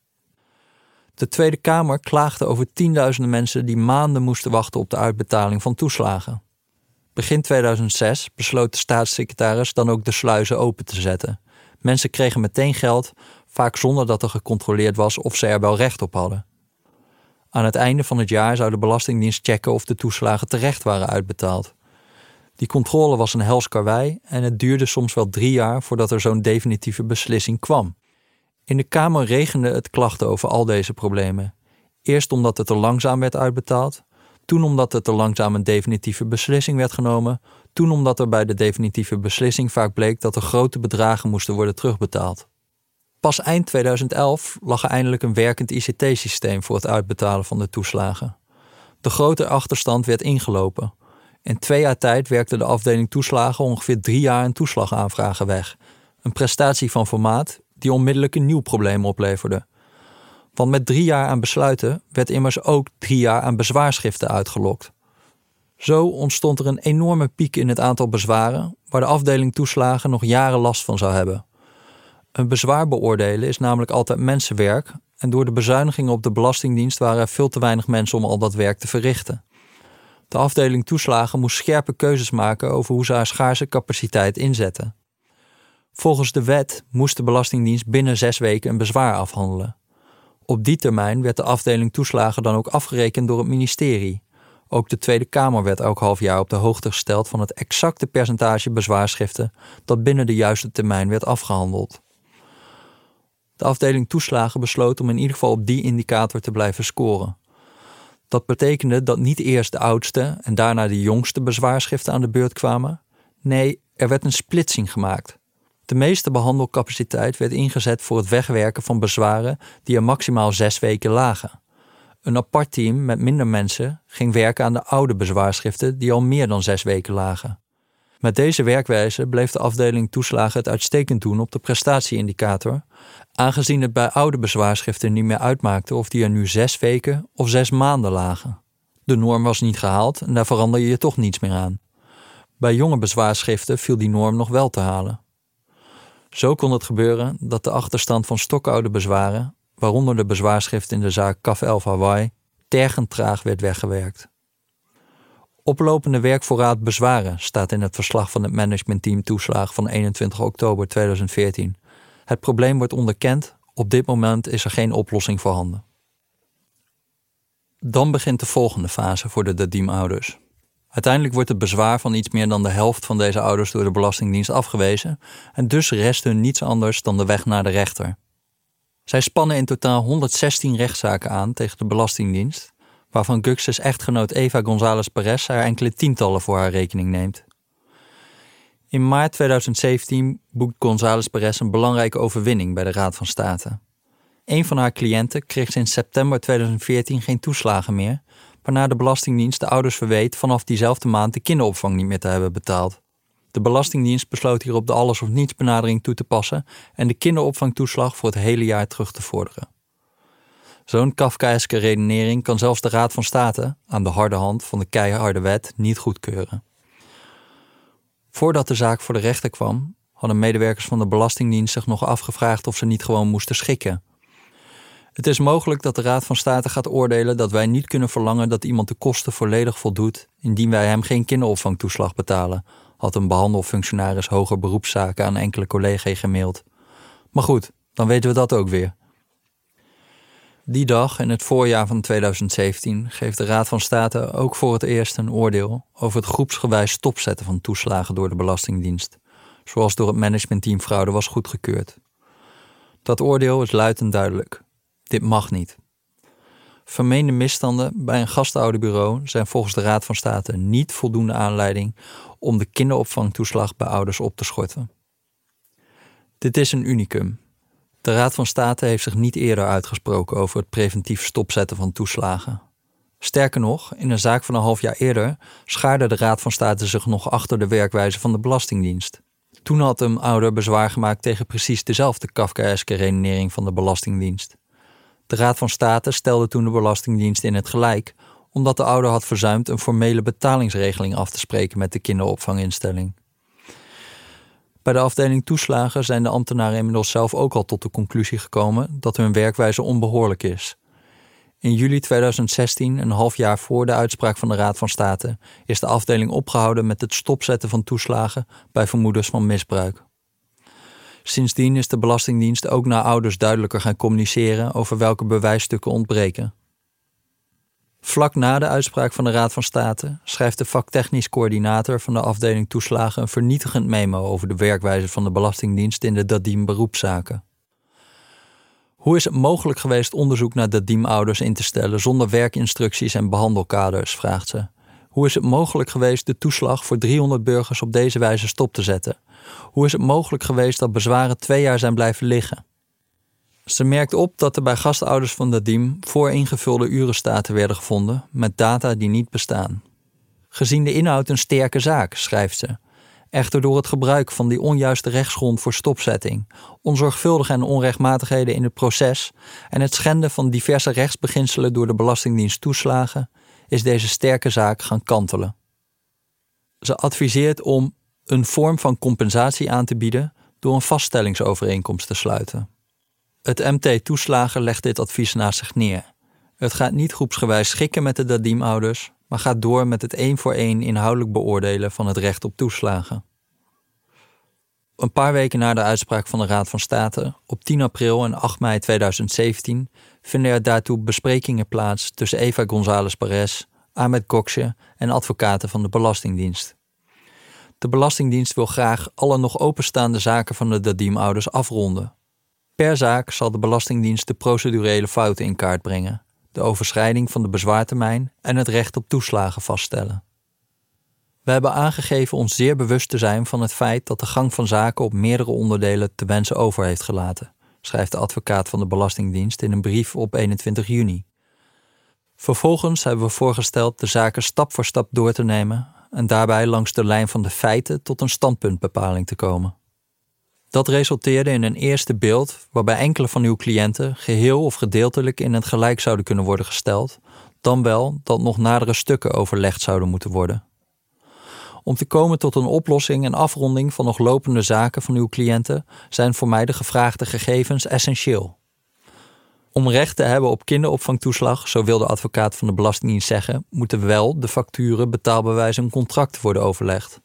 De Tweede Kamer klaagde over tienduizenden mensen die maanden moesten wachten op de uitbetaling van toeslagen. Begin 2006 besloot de staatssecretaris dan ook de sluizen open te zetten. Mensen kregen meteen geld, vaak zonder dat er gecontroleerd was of ze er wel recht op hadden. Aan het einde van het jaar zou de Belastingdienst checken of de toeslagen terecht waren uitbetaald. Die controle was een hels karwei en het duurde soms wel 3 jaar voordat er zo'n definitieve beslissing kwam. In de Kamer regende het klachten over al deze problemen. Eerst omdat het te langzaam werd uitbetaald, toen omdat er te langzaam een definitieve beslissing werd genomen, toen omdat er bij de definitieve beslissing vaak bleek dat er grote bedragen moesten worden terugbetaald. Pas eind 2011 lag er eindelijk een werkend ICT-systeem voor het uitbetalen van de toeslagen. De grote achterstand werd ingelopen. In 2 jaar tijd werkte de afdeling toeslagen ongeveer 3 jaar een toeslagaanvragen weg. Een prestatie van formaat die onmiddellijk een nieuw probleem opleverde. Want met 3 jaar aan besluiten werd immers ook 3 jaar aan bezwaarschriften uitgelokt. Zo ontstond er een enorme piek in het aantal bezwaren, waar de afdeling toeslagen nog jaren last van zou hebben. Een bezwaar beoordelen is namelijk altijd mensenwerk en door de bezuinigingen op de Belastingdienst waren er veel te weinig mensen om al dat werk te verrichten. De afdeling toeslagen moest scherpe keuzes maken over hoe ze haar schaarse capaciteit inzetten. Volgens de wet moest de Belastingdienst binnen 6 weken een bezwaar afhandelen. Op die termijn werd de afdeling toeslagen dan ook afgerekend door het ministerie. Ook de Tweede Kamer werd elk half jaar op de hoogte gesteld van het exacte percentage bezwaarschriften dat binnen de juiste termijn werd afgehandeld. De afdeling toeslagen besloot om in ieder geval op die indicator te blijven scoren. Dat betekende dat niet eerst de oudste en daarna de jongste bezwaarschriften aan de beurt kwamen. Nee, er werd een splitsing gemaakt. De meeste behandelcapaciteit werd ingezet voor het wegwerken van bezwaren die er maximaal 6 weken lagen. Een apart team met minder mensen ging werken aan de oude bezwaarschriften die al meer dan 6 weken lagen. Met deze werkwijze bleef de afdeling toeslagen het uitstekend doen op de prestatieindicator, aangezien het bij oude bezwaarschriften niet meer uitmaakte of die er nu 6 weken of 6 maanden lagen. De norm was niet gehaald en daar verander je toch niets meer aan. Bij jonge bezwaarschriften viel die norm nog wel te halen. Zo kon het gebeuren dat de achterstand van stokoude bezwaren, waaronder de bezwaarschrift in de zaak CAF 11 Hawaii, tergend traag werd weggewerkt. Oplopende werkvoorraad bezwaren staat in het verslag van het managementteam toeslagen van 21 oktober 2014. Het probleem wordt onderkend, op dit moment is er geen oplossing voorhanden. Dan begint de volgende fase voor de DADIEM-ouders. Uiteindelijk wordt het bezwaar van iets meer dan de helft van deze ouders door de Belastingdienst afgewezen en dus rest hun niets anders dan de weg naar de rechter. Zij spannen in totaal 116 rechtszaken aan tegen de Belastingdienst, waarvan Gux's echtgenoot Eva González Perez er enkele tientallen voor haar rekening neemt. In maart 2017 boekt González Perez een belangrijke overwinning bij de Raad van State. Een van haar cliënten kreeg sinds september 2014 geen toeslagen meer, waarna de Belastingdienst de ouders verweet vanaf diezelfde maand de kinderopvang niet meer te hebben betaald. De Belastingdienst besloot hierop de alles of niets benadering toe te passen en de kinderopvangtoeslag voor het hele jaar terug te vorderen. Zo'n kafkaïske redenering kan zelfs de Raad van State, aan de harde hand van de keiharde wet, niet goedkeuren. Voordat de zaak voor de rechter kwam, hadden medewerkers van de Belastingdienst zich nog afgevraagd of ze niet gewoon moesten schikken. Het is mogelijk dat de Raad van State gaat oordelen dat wij niet kunnen verlangen dat iemand de kosten volledig voldoet indien wij hem geen kinderopvangtoeslag betalen, had een behandelfunctionaris hoger beroepszaken aan enkele collega's gemaild. Maar goed, dan weten we dat ook weer. Die dag in het voorjaar van 2017 geeft de Raad van State ook voor het eerst een oordeel over het groepsgewijs stopzetten van toeslagen door de Belastingdienst, zoals door het managementteam fraude was goedgekeurd. Dat oordeel is luid en duidelijk. Dit mag niet. Vermeende misstanden bij een gastouderbureau zijn volgens de Raad van State niet voldoende aanleiding om de kinderopvangtoeslag bij ouders op te schorten. Dit is een unicum. De Raad van State heeft zich niet eerder uitgesproken over het preventief stopzetten van toeslagen. Sterker nog, in een zaak van een half jaar eerder schaarde de Raad van State zich nog achter de werkwijze van de Belastingdienst. Toen had een ouder bezwaar gemaakt tegen precies dezelfde Kafkaeske redenering van de Belastingdienst. De Raad van State stelde toen de Belastingdienst in het gelijk, omdat de ouder had verzuimd een formele betalingsregeling af te spreken met de kinderopvanginstelling. Bij de afdeling toeslagen zijn de ambtenaren inmiddels zelf ook al tot de conclusie gekomen dat hun werkwijze onbehoorlijk is. In juli 2016, een half jaar voor de uitspraak van de Raad van State, is de afdeling opgehouden met het stopzetten van toeslagen bij vermoedens van misbruik. Sindsdien is de Belastingdienst ook naar ouders duidelijker gaan communiceren over welke bewijsstukken ontbreken. Vlak na de uitspraak van de Raad van State schrijft de vaktechnisch coördinator van de afdeling toeslagen een vernietigend memo over de werkwijze van de Belastingdienst in de Dadim beroepszaken. Hoe is het mogelijk geweest onderzoek naar Dadim-ouders in te stellen zonder werkinstructies en behandelkaders, vraagt ze. Hoe is het mogelijk geweest de toeslag voor 300 burgers op deze wijze stop te zetten? Hoe is het mogelijk geweest dat bezwaren 2 jaar zijn blijven liggen? Ze merkt op dat er bij gastouders van Dadim vooringevulde urenstaten werden gevonden met data die niet bestaan. Gezien de inhoud een sterke zaak, schrijft ze. Echter door het gebruik van die onjuiste rechtsgrond voor stopzetting, onzorgvuldige en onrechtmatigheden in het proces en het schenden van diverse rechtsbeginselen door de Belastingdienst toeslagen, is deze sterke zaak gaan kantelen. Ze adviseert om een vorm van compensatie aan te bieden door een vaststellingsovereenkomst te sluiten. Het MT Toeslagen legt dit advies naast zich neer. Het gaat niet groepsgewijs schikken met de Dadim-ouders, maar gaat door met het 1 voor 1 inhoudelijk beoordelen van het recht op toeslagen. Een paar weken na de uitspraak van de Raad van State, op 10 april en 8 mei 2017, vinden er daartoe besprekingen plaats tussen Eva González Perez, Ahmed Gökçe en advocaten van de Belastingdienst. De Belastingdienst wil graag alle nog openstaande zaken van de Dadim-ouders afronden. Per zaak zal de Belastingdienst de procedurele fouten in kaart brengen, de overschrijding van de bezwaartermijn en het recht op toeslagen vaststellen. We hebben aangegeven ons zeer bewust te zijn van het feit dat de gang van zaken op meerdere onderdelen te wensen over heeft gelaten, schrijft de advocaat van de Belastingdienst in een brief op 21 juni. Vervolgens hebben we voorgesteld de zaken stap voor stap door te nemen en daarbij langs de lijn van de feiten tot een standpuntbepaling te komen. Dat resulteerde in een eerste beeld waarbij enkele van uw cliënten geheel of gedeeltelijk in het gelijk zouden kunnen worden gesteld, dan wel dat nog nadere stukken overlegd zouden moeten worden. Om te komen tot een oplossing en afronding van nog lopende zaken van uw cliënten zijn voor mij de gevraagde gegevens essentieel. Om recht te hebben op kinderopvangtoeslag, zo wil de advocaat van de Belastingdienst zeggen, moeten wel de facturen, betaalbewijzen en contracten worden overlegd.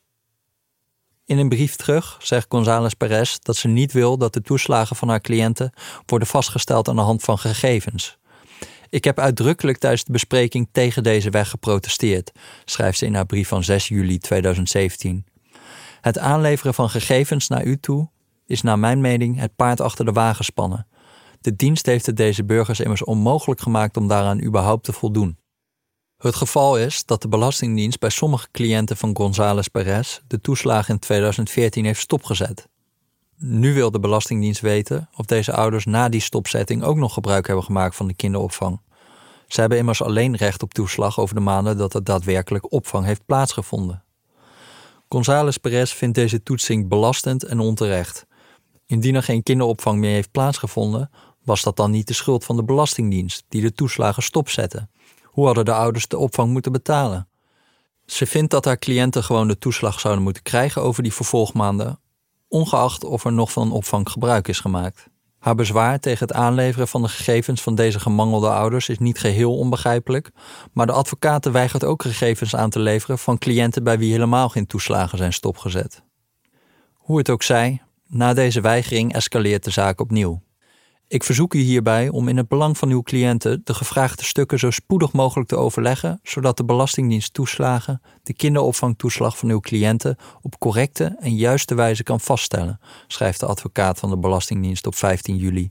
In een brief terug zegt González Perez dat ze niet wil dat de toeslagen van haar cliënten worden vastgesteld aan de hand van gegevens. Ik heb uitdrukkelijk tijdens de bespreking tegen deze weg geprotesteerd, schrijft ze in haar brief van 6 juli 2017. Het aanleveren van gegevens naar u toe is naar mijn mening het paard achter de wagen spannen. De dienst heeft het deze burgers immers onmogelijk gemaakt om daaraan überhaupt te voldoen. Het geval is dat de Belastingdienst bij sommige cliënten van González Perez de toeslagen in 2014 heeft stopgezet. Nu wil de Belastingdienst weten of deze ouders na die stopzetting ook nog gebruik hebben gemaakt van de kinderopvang. Ze hebben immers alleen recht op toeslag over de maanden dat er daadwerkelijk opvang heeft plaatsgevonden. González Perez vindt deze toetsing belastend en onterecht. Indien er geen kinderopvang meer heeft plaatsgevonden, was dat dan niet de schuld van de Belastingdienst die de toeslagen stopzette? Hoe hadden de ouders de opvang moeten betalen? Ze vindt dat haar cliënten gewoon de toeslag zouden moeten krijgen over die vervolgmaanden, ongeacht of er nog van opvang gebruik is gemaakt. Haar bezwaar tegen het aanleveren van de gegevens van deze gemangelde ouders is niet geheel onbegrijpelijk, maar de advocaat weigert ook gegevens aan te leveren van cliënten bij wie helemaal geen toeslagen zijn stopgezet. Hoe het ook zij, na deze weigering escaleert de zaak opnieuw. Ik verzoek u hierbij om in het belang van uw cliënten de gevraagde stukken zo spoedig mogelijk te overleggen, zodat de Belastingdienst toeslagen de kinderopvangtoeslag van uw cliënten op correcte en juiste wijze kan vaststellen, schrijft de advocaat van de Belastingdienst op 15 juli.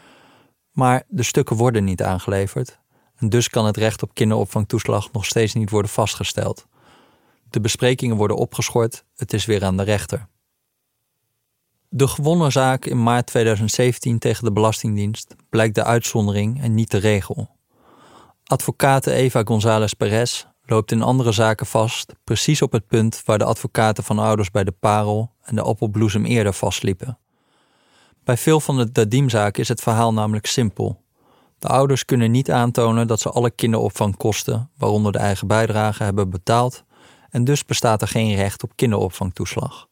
Maar de stukken worden niet aangeleverd en dus kan het recht op kinderopvangtoeslag nog steeds niet worden vastgesteld. De besprekingen worden opgeschort, het is weer aan de rechter. De gewonnen zaak in maart 2017 tegen de Belastingdienst blijkt de uitzondering en niet de regel. Advocate Eva González Perez loopt in andere zaken vast, precies op het punt waar de advocaten van ouders bij de Parel en de Appelbloesem eerder vastliepen. Bij veel van de Dadim-zaken is het verhaal namelijk simpel. De ouders kunnen niet aantonen dat ze alle kinderopvangkosten, waaronder de eigen bijdrage, hebben betaald en dus bestaat er geen recht op kinderopvangtoeslag.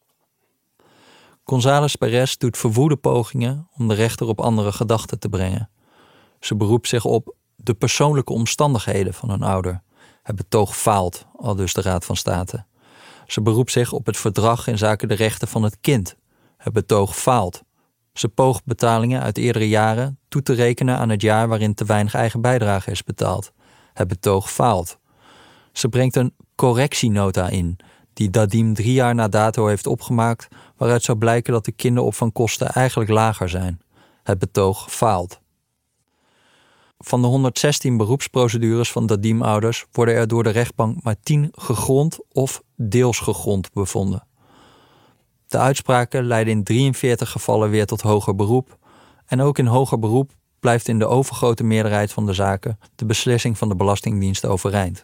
González Perez doet verwoede pogingen om de rechter op andere gedachten te brengen. Ze beroept zich op de persoonlijke omstandigheden van een ouder. Het betoog faalt, aldus de Raad van State. Ze beroept zich op het verdrag in zaken de rechten van het kind. Het betoog faalt. Ze poogt betalingen uit eerdere jaren toe te rekenen aan het jaar waarin te weinig eigen bijdrage is betaald. Het betoog faalt. Ze brengt een correctienota in, die Dadim 3 jaar na dato heeft opgemaakt, waaruit zou blijken dat de kinderopvangkosten eigenlijk lager zijn. Het betoog faalt. Van de 116 beroepsprocedures van Dadim-ouders worden er door de rechtbank maar 10 gegrond of deels gegrond bevonden. De uitspraken leiden in 43 gevallen weer tot hoger beroep en ook in hoger beroep blijft in de overgrote meerderheid van de zaken de beslissing van de Belastingdienst overeind.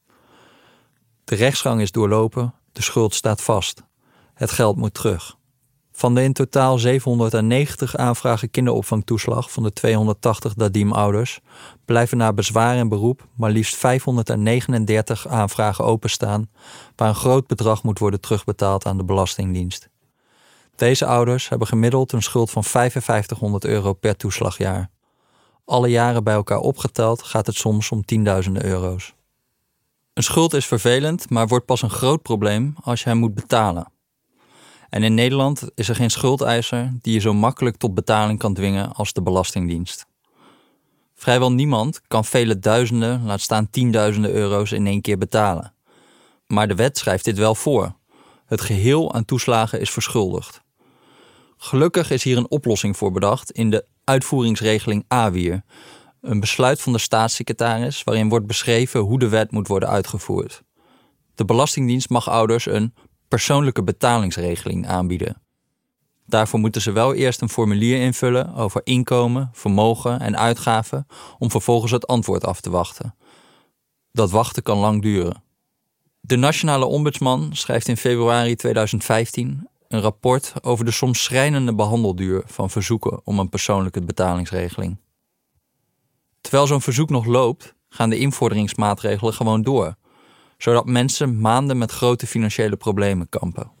De rechtsgang is doorlopen, de schuld staat vast. Het geld moet terug. Van de in totaal 790 aanvragen kinderopvangtoeslag van de 280 Dadim-ouders blijven na bezwaar en beroep maar liefst 539 aanvragen openstaan, waar een groot bedrag moet worden terugbetaald aan de Belastingdienst. Deze ouders hebben gemiddeld een schuld van €5500 per toeslagjaar. Alle jaren bij elkaar opgeteld gaat het soms om tienduizenden euro's. Een schuld is vervelend, maar wordt pas een groot probleem als je hem moet betalen. En in Nederland is er geen schuldeiser die je zo makkelijk tot betaling kan dwingen als de Belastingdienst. Vrijwel niemand kan vele duizenden, laat staan tienduizenden euro's in één keer betalen. Maar de wet schrijft dit wel voor. Het geheel aan toeslagen is verschuldigd. Gelukkig is hier een oplossing voor bedacht in de uitvoeringsregeling AWIER, een besluit van de staatssecretaris waarin wordt beschreven hoe de wet moet worden uitgevoerd. De Belastingdienst mag ouders een persoonlijke betalingsregeling aanbieden. Daarvoor moeten ze wel eerst een formulier invullen over inkomen, vermogen en uitgaven om vervolgens het antwoord af te wachten. Dat wachten kan lang duren. De Nationale Ombudsman schrijft in februari 2015 een rapport over de soms schrijnende behandelduur van verzoeken om een persoonlijke betalingsregeling. Terwijl zo'n verzoek nog loopt, gaan de invorderingsmaatregelen gewoon door, zodat mensen maanden met grote financiële problemen kampen.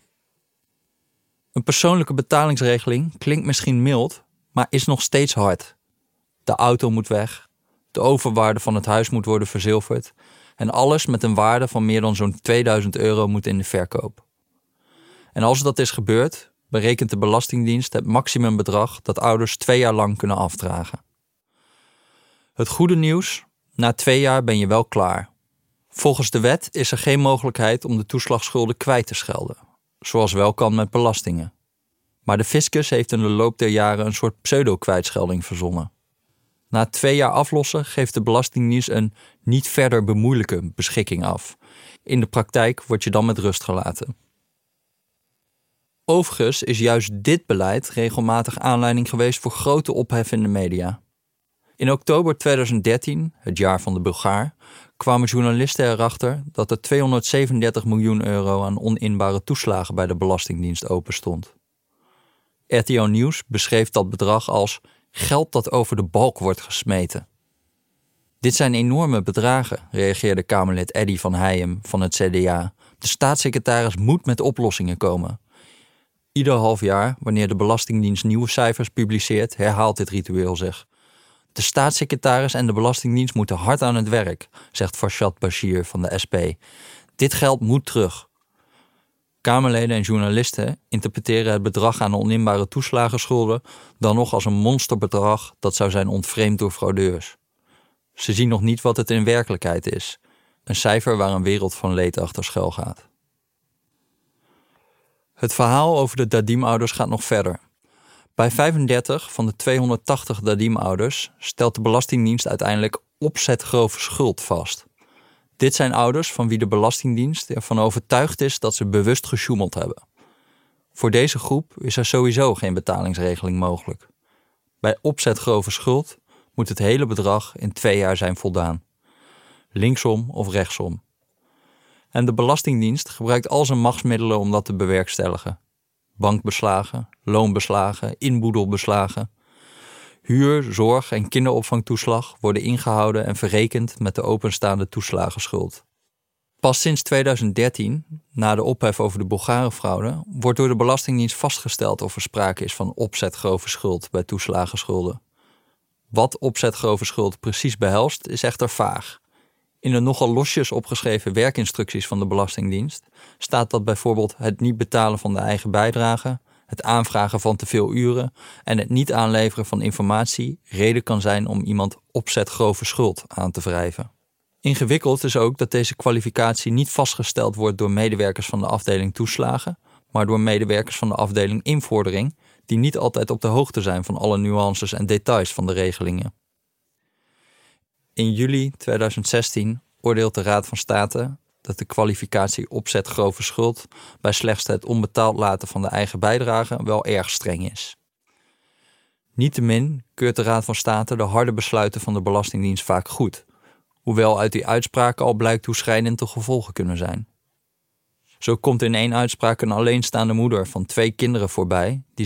Een persoonlijke betalingsregeling klinkt misschien mild, maar is nog steeds hard. De auto moet weg, de overwaarde van het huis moet worden verzilverd en alles met een waarde van meer dan zo'n 2000 euro moet in de verkoop. En als dat is gebeurd, berekent de Belastingdienst het maximumbedrag dat ouders 2 jaar lang kunnen afdragen. Het goede nieuws, na 2 jaar ben je wel klaar. Volgens de wet is er geen mogelijkheid om de toeslagschulden kwijt te schelden, zoals wel kan met belastingen. Maar de fiscus heeft in de loop der jaren een soort pseudo-kwijtschelding verzonnen. Na 2 jaar aflossen geeft de Belastingdienst een niet verder bemoeilijke beschikking af. In de praktijk word je dan met rust gelaten. Overigens is juist dit beleid regelmatig aanleiding geweest voor grote ophef in de media. In oktober 2013, het jaar van de Bulgaar, kwamen journalisten erachter dat er 237 miljoen euro aan oninbare toeslagen bij de Belastingdienst openstond. RTL Nieuws beschreef dat bedrag als geld dat over de balk wordt gesmeten. Dit zijn enorme bedragen, reageerde Kamerlid Eddy van Heijem van het CDA. De staatssecretaris moet met oplossingen komen. Ieder half jaar, wanneer de Belastingdienst nieuwe cijfers publiceert, herhaalt dit ritueel zich. De staatssecretaris en de Belastingdienst moeten hard aan het werk, zegt Farshad Bashir van de SP. Dit geld moet terug. Kamerleden en journalisten interpreteren het bedrag aan de oninbare toeslagenschulden dan nog als een monsterbedrag dat zou zijn ontvreemd door fraudeurs. Ze zien nog niet wat het in werkelijkheid is. Een cijfer waar een wereld van leed achter schuil gaat. Het verhaal over de Dadim-ouders gaat nog verder. Bij 35 van de 280 Dadim-ouders stelt de Belastingdienst uiteindelijk opzetgrove schuld vast. Dit zijn ouders van wie de Belastingdienst ervan overtuigd is dat ze bewust gesjoemeld hebben. Voor deze groep is er sowieso geen betalingsregeling mogelijk. Bij opzet grove schuld moet het hele bedrag in 2 jaar zijn voldaan. Linksom of rechtsom. En de Belastingdienst gebruikt al zijn machtsmiddelen om dat te bewerkstelligen. Bankbeslagen, loonbeslagen, inboedelbeslagen. Huur, zorg en kinderopvangtoeslag worden ingehouden en verrekend met de openstaande toeslagenschuld. Pas sinds 2013, na de ophef over de Bulgarenfraude, wordt door de Belastingdienst vastgesteld of er sprake is van opzet grove schuld bij toeslagenschulden. Wat opzet grove schuld precies behelst, is echter vaag. In de nogal losjes opgeschreven werkinstructies van de Belastingdienst staat dat bijvoorbeeld het niet betalen van de eigen bijdrage, het aanvragen van te veel uren en het niet aanleveren van informatie reden kan zijn om iemand opzet grove schuld aan te wrijven. Ingewikkeld is ook dat deze kwalificatie niet vastgesteld wordt door medewerkers van de afdeling toeslagen, maar door medewerkers van de afdeling invordering, die niet altijd op de hoogte zijn van alle nuances en details van de regelingen. In juli 2016 oordeelt de Raad van State dat de kwalificatie opzet grove schuld bij slechts het onbetaald laten van de eigen bijdrage wel erg streng is. Niettemin keurt de Raad van State de harde besluiten van de Belastingdienst vaak goed, hoewel uit die uitspraken al blijkt hoe schrijnend de gevolgen kunnen zijn. Zo komt in 1 uitspraak een alleenstaande moeder van 2 kinderen voorbij die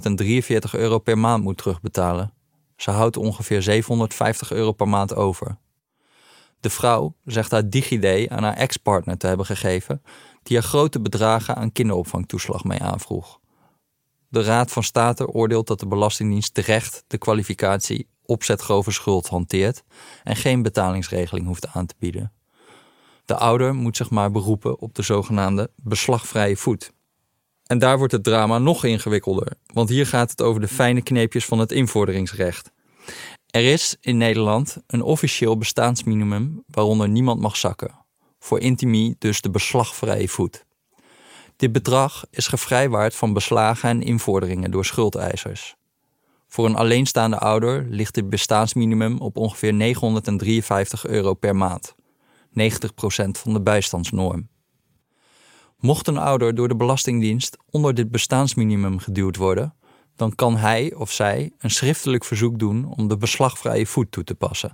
€743 per maand moet terugbetalen. Ze houdt ongeveer €750 per maand over. De vrouw zegt haar DigiD aan haar ex-partner te hebben gegeven, die er grote bedragen aan kinderopvangtoeslag mee aanvroeg. De Raad van State oordeelt dat de Belastingdienst terecht de kwalificatie opzet grove schuld hanteert en geen betalingsregeling hoeft aan te bieden. De ouder moet zich maar beroepen op de zogenaamde beslagvrije voet. En daar wordt het drama nog ingewikkelder, want hier gaat het over de fijne kneepjes van het invorderingsrecht. Er is in Nederland een officieel bestaansminimum waaronder niemand mag zakken. Voor intimie dus de beslagvrije voet. Dit bedrag is gevrijwaard van beslagen en invorderingen door schuldeisers. Voor een alleenstaande ouder ligt dit bestaansminimum op ongeveer €953 per maand. 90% van de bijstandsnorm. Mocht een ouder door de Belastingdienst onder dit bestaansminimum geduwd worden, dan kan hij of zij een schriftelijk verzoek doen om de beslagvrije voet toe te passen.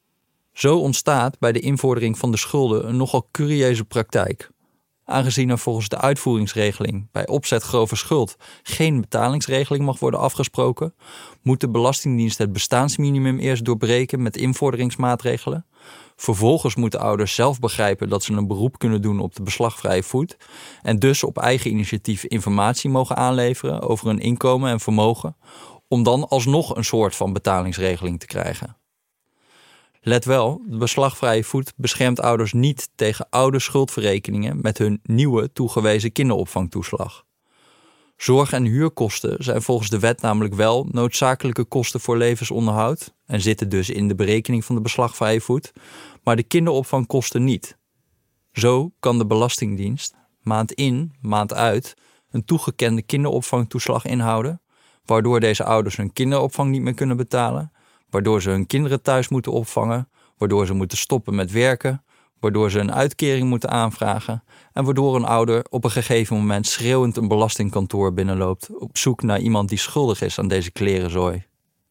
Zo ontstaat bij de invordering van de schulden een nogal curieuze praktijk. Aangezien er volgens de uitvoeringsregeling bij opzet grove schuld geen betalingsregeling mag worden afgesproken, moet de Belastingdienst het bestaansminimum eerst doorbreken met invorderingsmaatregelen. Vervolgens moeten ouders zelf begrijpen dat ze een beroep kunnen doen op de beslagvrije voet en dus op eigen initiatief informatie mogen aanleveren over hun inkomen en vermogen, om dan alsnog een soort van betalingsregeling te krijgen. Let wel, de beslagvrije voet beschermt ouders niet tegen oude schuldverrekeningen met hun nieuwe toegewezen kinderopvangtoeslag. Zorg- en huurkosten zijn volgens de wet namelijk wel noodzakelijke kosten voor levensonderhoud en zitten dus in de berekening van de beslagvrije voet, maar de kinderopvangkosten niet. Zo kan de Belastingdienst maand in, maand uit een toegekende kinderopvangtoeslag inhouden, waardoor deze ouders hun kinderopvang niet meer kunnen betalen, waardoor ze hun kinderen thuis moeten opvangen, waardoor ze moeten stoppen met werken, waardoor ze een uitkering moeten aanvragen en waardoor een ouder op een gegeven moment schreeuwend een belastingkantoor binnenloopt op zoek naar iemand die schuldig is aan deze klerenzooi.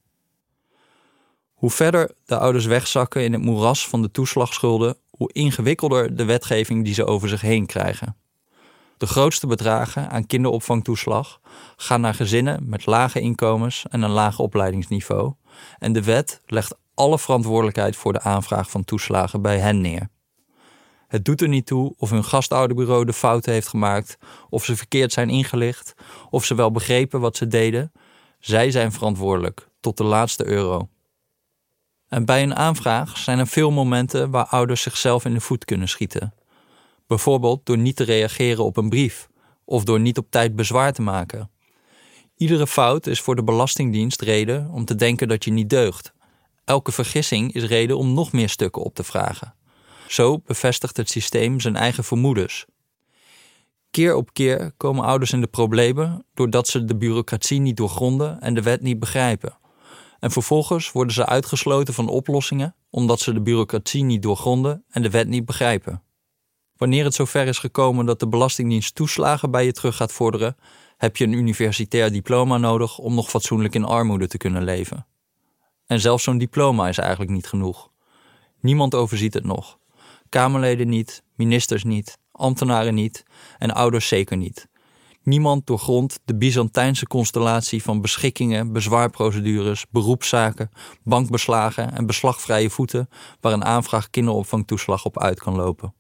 Hoe verder de ouders wegzakken in het moeras van de toeslagschulden, hoe ingewikkelder de wetgeving die ze over zich heen krijgen. De grootste bedragen aan kinderopvangtoeslag gaan naar gezinnen met lage inkomens en een laag opleidingsniveau en de wet legt alle verantwoordelijkheid voor de aanvraag van toeslagen bij hen neer. Het doet er niet toe of hun gastouderbureau de fouten heeft gemaakt, of ze verkeerd zijn ingelicht, of ze wel begrepen wat ze deden. Zij zijn verantwoordelijk, tot de laatste euro. En bij een aanvraag zijn er veel momenten waar ouders zichzelf in de voet kunnen schieten. Bijvoorbeeld door niet te reageren op een brief, of door niet op tijd bezwaar te maken. Iedere fout is voor de Belastingdienst reden om te denken dat je niet deugt. Elke vergissing is reden om nog meer stukken op te vragen. Zo bevestigt het systeem zijn eigen vermoedens. Keer op keer komen ouders in de problemen doordat ze de bureaucratie niet doorgronden en de wet niet begrijpen. En vervolgens worden ze uitgesloten van oplossingen omdat ze de bureaucratie niet doorgronden en de wet niet begrijpen. Wanneer het zover is gekomen dat de Belastingdienst toeslagen bij je terug gaat vorderen, heb je een universitair diploma nodig om nog fatsoenlijk in armoede te kunnen leven. En zelfs zo'n diploma is eigenlijk niet genoeg. Niemand overziet het nog. Kamerleden niet, ministers niet, ambtenaren niet en ouders zeker niet. Niemand doorgrondt de Byzantijnse constellatie van beschikkingen, bezwaarprocedures, beroepszaken, bankbeslagen en beslagvrije voeten waar een aanvraag kinderopvangtoeslag op uit kan lopen.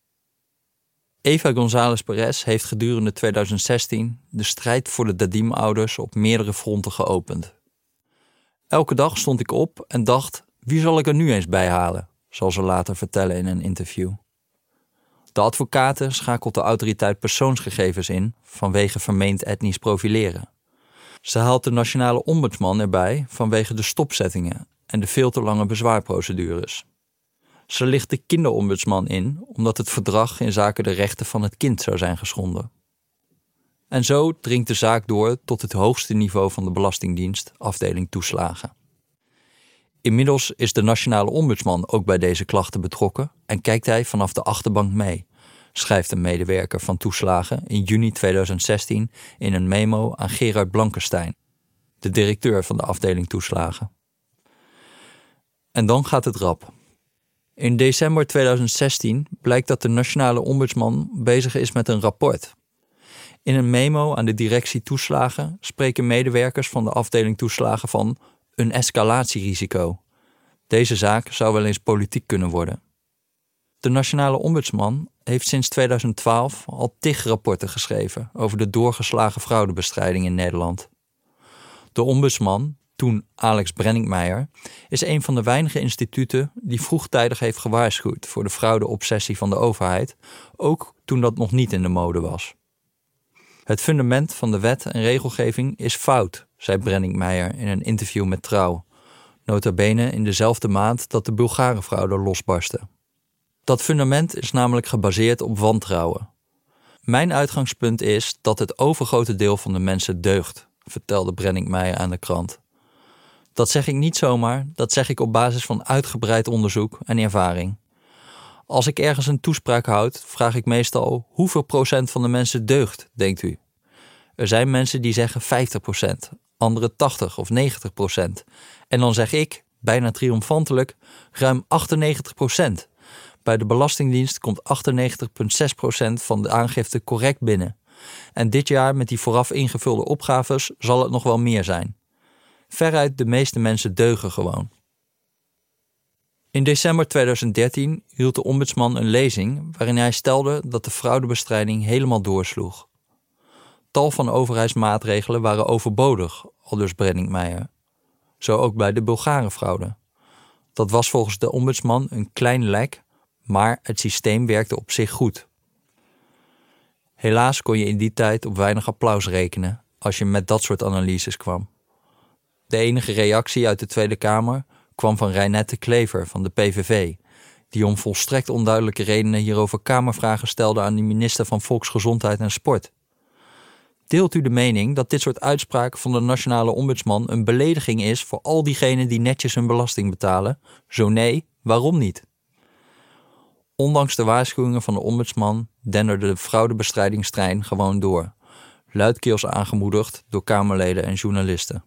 Eva González Perez heeft gedurende 2016 de strijd voor de Dadim-ouders op meerdere fronten geopend. Elke dag stond ik op en dacht, wie zal ik er nu eens bij halen, zal ze later vertellen in een interview. De advocaten schakelt de autoriteit persoonsgegevens in vanwege vermeend etnisch profileren. Ze haalt de nationale ombudsman erbij vanwege de stopzettingen en de veel te lange bezwaarprocedures. Ze licht de kinderombudsman in omdat het verdrag in zaken de rechten van het kind zou zijn geschonden. En zo dringt de zaak door tot het hoogste niveau van de Belastingdienst, afdeling toeslagen. Inmiddels is de nationale ombudsman ook bij deze klachten betrokken en kijkt hij vanaf de achterbank mee, schrijft een medewerker van toeslagen in juni 2016 in een memo aan Gerard Blankenstein, de directeur van de afdeling toeslagen. En dan gaat het rap. In december 2016 blijkt dat de nationale ombudsman bezig is met een rapport. In een memo aan de directie toeslagen spreken medewerkers van de afdeling toeslagen van een escalatierisico. Deze zaak zou wel eens politiek kunnen worden. De nationale ombudsman heeft sinds 2012 al 10 rapporten geschreven over de doorgeslagen fraudebestrijding in Nederland. De ombudsman, toen Alex Brenninkmeijer, is een van de weinige instituten die vroegtijdig heeft gewaarschuwd voor de fraudeobsessie van de overheid, ook toen dat nog niet in de mode was. Het fundament van de wet en regelgeving is fout, zei Brenninkmeijer in een interview met Trouw, nota bene in dezelfde maand dat de Bulgarenfraude losbarstte. Dat fundament is namelijk gebaseerd op wantrouwen. Mijn uitgangspunt is dat het overgrote deel van de mensen deugt, vertelde Brenninkmeijer aan de krant. Dat zeg ik niet zomaar, dat zeg ik op basis van uitgebreid onderzoek en ervaring. Als ik ergens een toespraak houd, vraag ik meestal hoeveel procent van de mensen deugt, denkt u? Er zijn mensen die zeggen 50%, anderen 80 of 90%. En dan zeg ik, bijna triomfantelijk, ruim 98%. Bij de Belastingdienst komt 98,6% van de aangifte correct binnen. En dit jaar met die vooraf ingevulde opgaves zal het nog wel meer zijn. Veruit de meeste mensen deugen gewoon. In december 2013 hield de ombudsman een lezing waarin hij stelde dat de fraudebestrijding helemaal doorsloeg. Tal van overheidsmaatregelen waren overbodig, aldus Brenninkmeijer. Zo ook bij de Bulgarenfraude. Dat was volgens de ombudsman een klein lek, maar het systeem werkte op zich goed. Helaas kon je in die tijd op weinig applaus rekenen als je met dat soort analyses kwam. De enige reactie uit de Tweede Kamer kwam van Reinette Klever van de PVV, die om volstrekt onduidelijke redenen hierover kamervragen stelde aan de minister van Volksgezondheid en Sport. Deelt u de mening dat dit soort uitspraken van de nationale ombudsman een belediging is voor al diegenen die netjes hun belasting betalen? Zo nee, waarom niet? Ondanks de waarschuwingen van de ombudsman denderde de fraudebestrijdingstrein gewoon door, luidkeels aangemoedigd door Kamerleden en journalisten.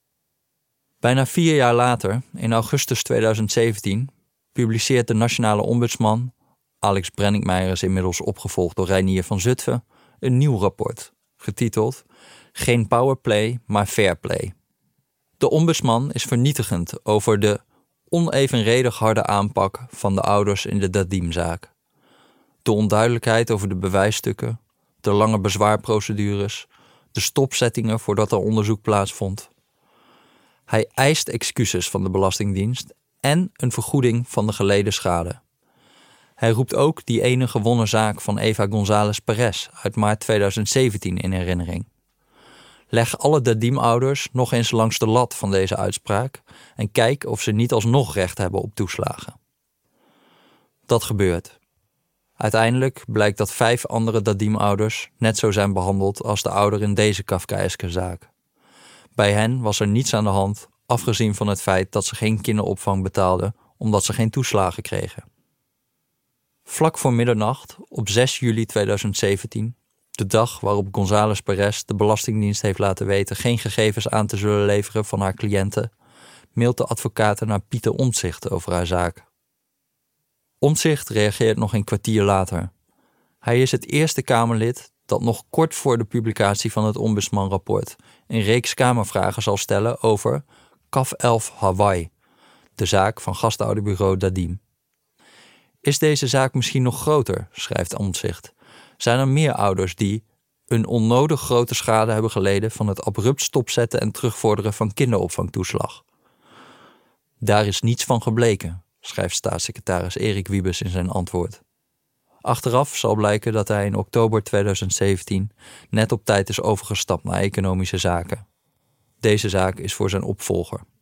Bijna 4 jaar later, in augustus 2017, publiceert de nationale ombudsman, Alex Brenninkmeijer is inmiddels opgevolgd door Reinier van Zutphen, een nieuw rapport, getiteld Geen powerplay, maar fairplay. De ombudsman is vernietigend over de onevenredig harde aanpak van de ouders in de Dadim-zaak. De onduidelijkheid over de bewijsstukken, de lange bezwaarprocedures, de stopzettingen voordat er onderzoek plaatsvond. Hij eist excuses van de Belastingdienst en een vergoeding van de geleden schade. Hij roept ook die ene gewonnen zaak van Eva González Perez uit maart 2017 in herinnering. Leg alle Dadim-ouders nog eens langs de lat van deze uitspraak en kijk of ze niet alsnog recht hebben op toeslagen. Dat gebeurt. Uiteindelijk blijkt dat 5 andere Dadim-ouders net zo zijn behandeld als de ouder in deze Kafkaeske zaak. Bij hen was er niets aan de hand, afgezien van het feit dat ze geen kinderopvang betaalden omdat ze geen toeslagen kregen. Vlak voor middernacht, op 6 juli 2017, de dag waarop González Perez de Belastingdienst heeft laten weten geen gegevens aan te zullen leveren van haar cliënten, mailt de advocaat naar Pieter Omtzigt over haar zaak. Omtzigt reageert nog een kwartier later. Hij is het eerste Kamerlid dat nog kort voor de publicatie van het ombudsmanrapport een reeks Kamervragen zal stellen over CAF 11 Hawaii, de zaak van gastouderbureau Dadim. Is deze zaak misschien nog groter, schrijft Omtzigt. Zijn er meer ouders die een onnodig grote schade hebben geleden van het abrupt stopzetten en terugvorderen van kinderopvangtoeslag? Daar is niets van gebleken, schrijft staatssecretaris Erik Wiebes in zijn antwoord. Achteraf zal blijken dat hij in oktober 2017 net op tijd is overgestapt naar economische zaken. Deze zaak is voor zijn opvolger.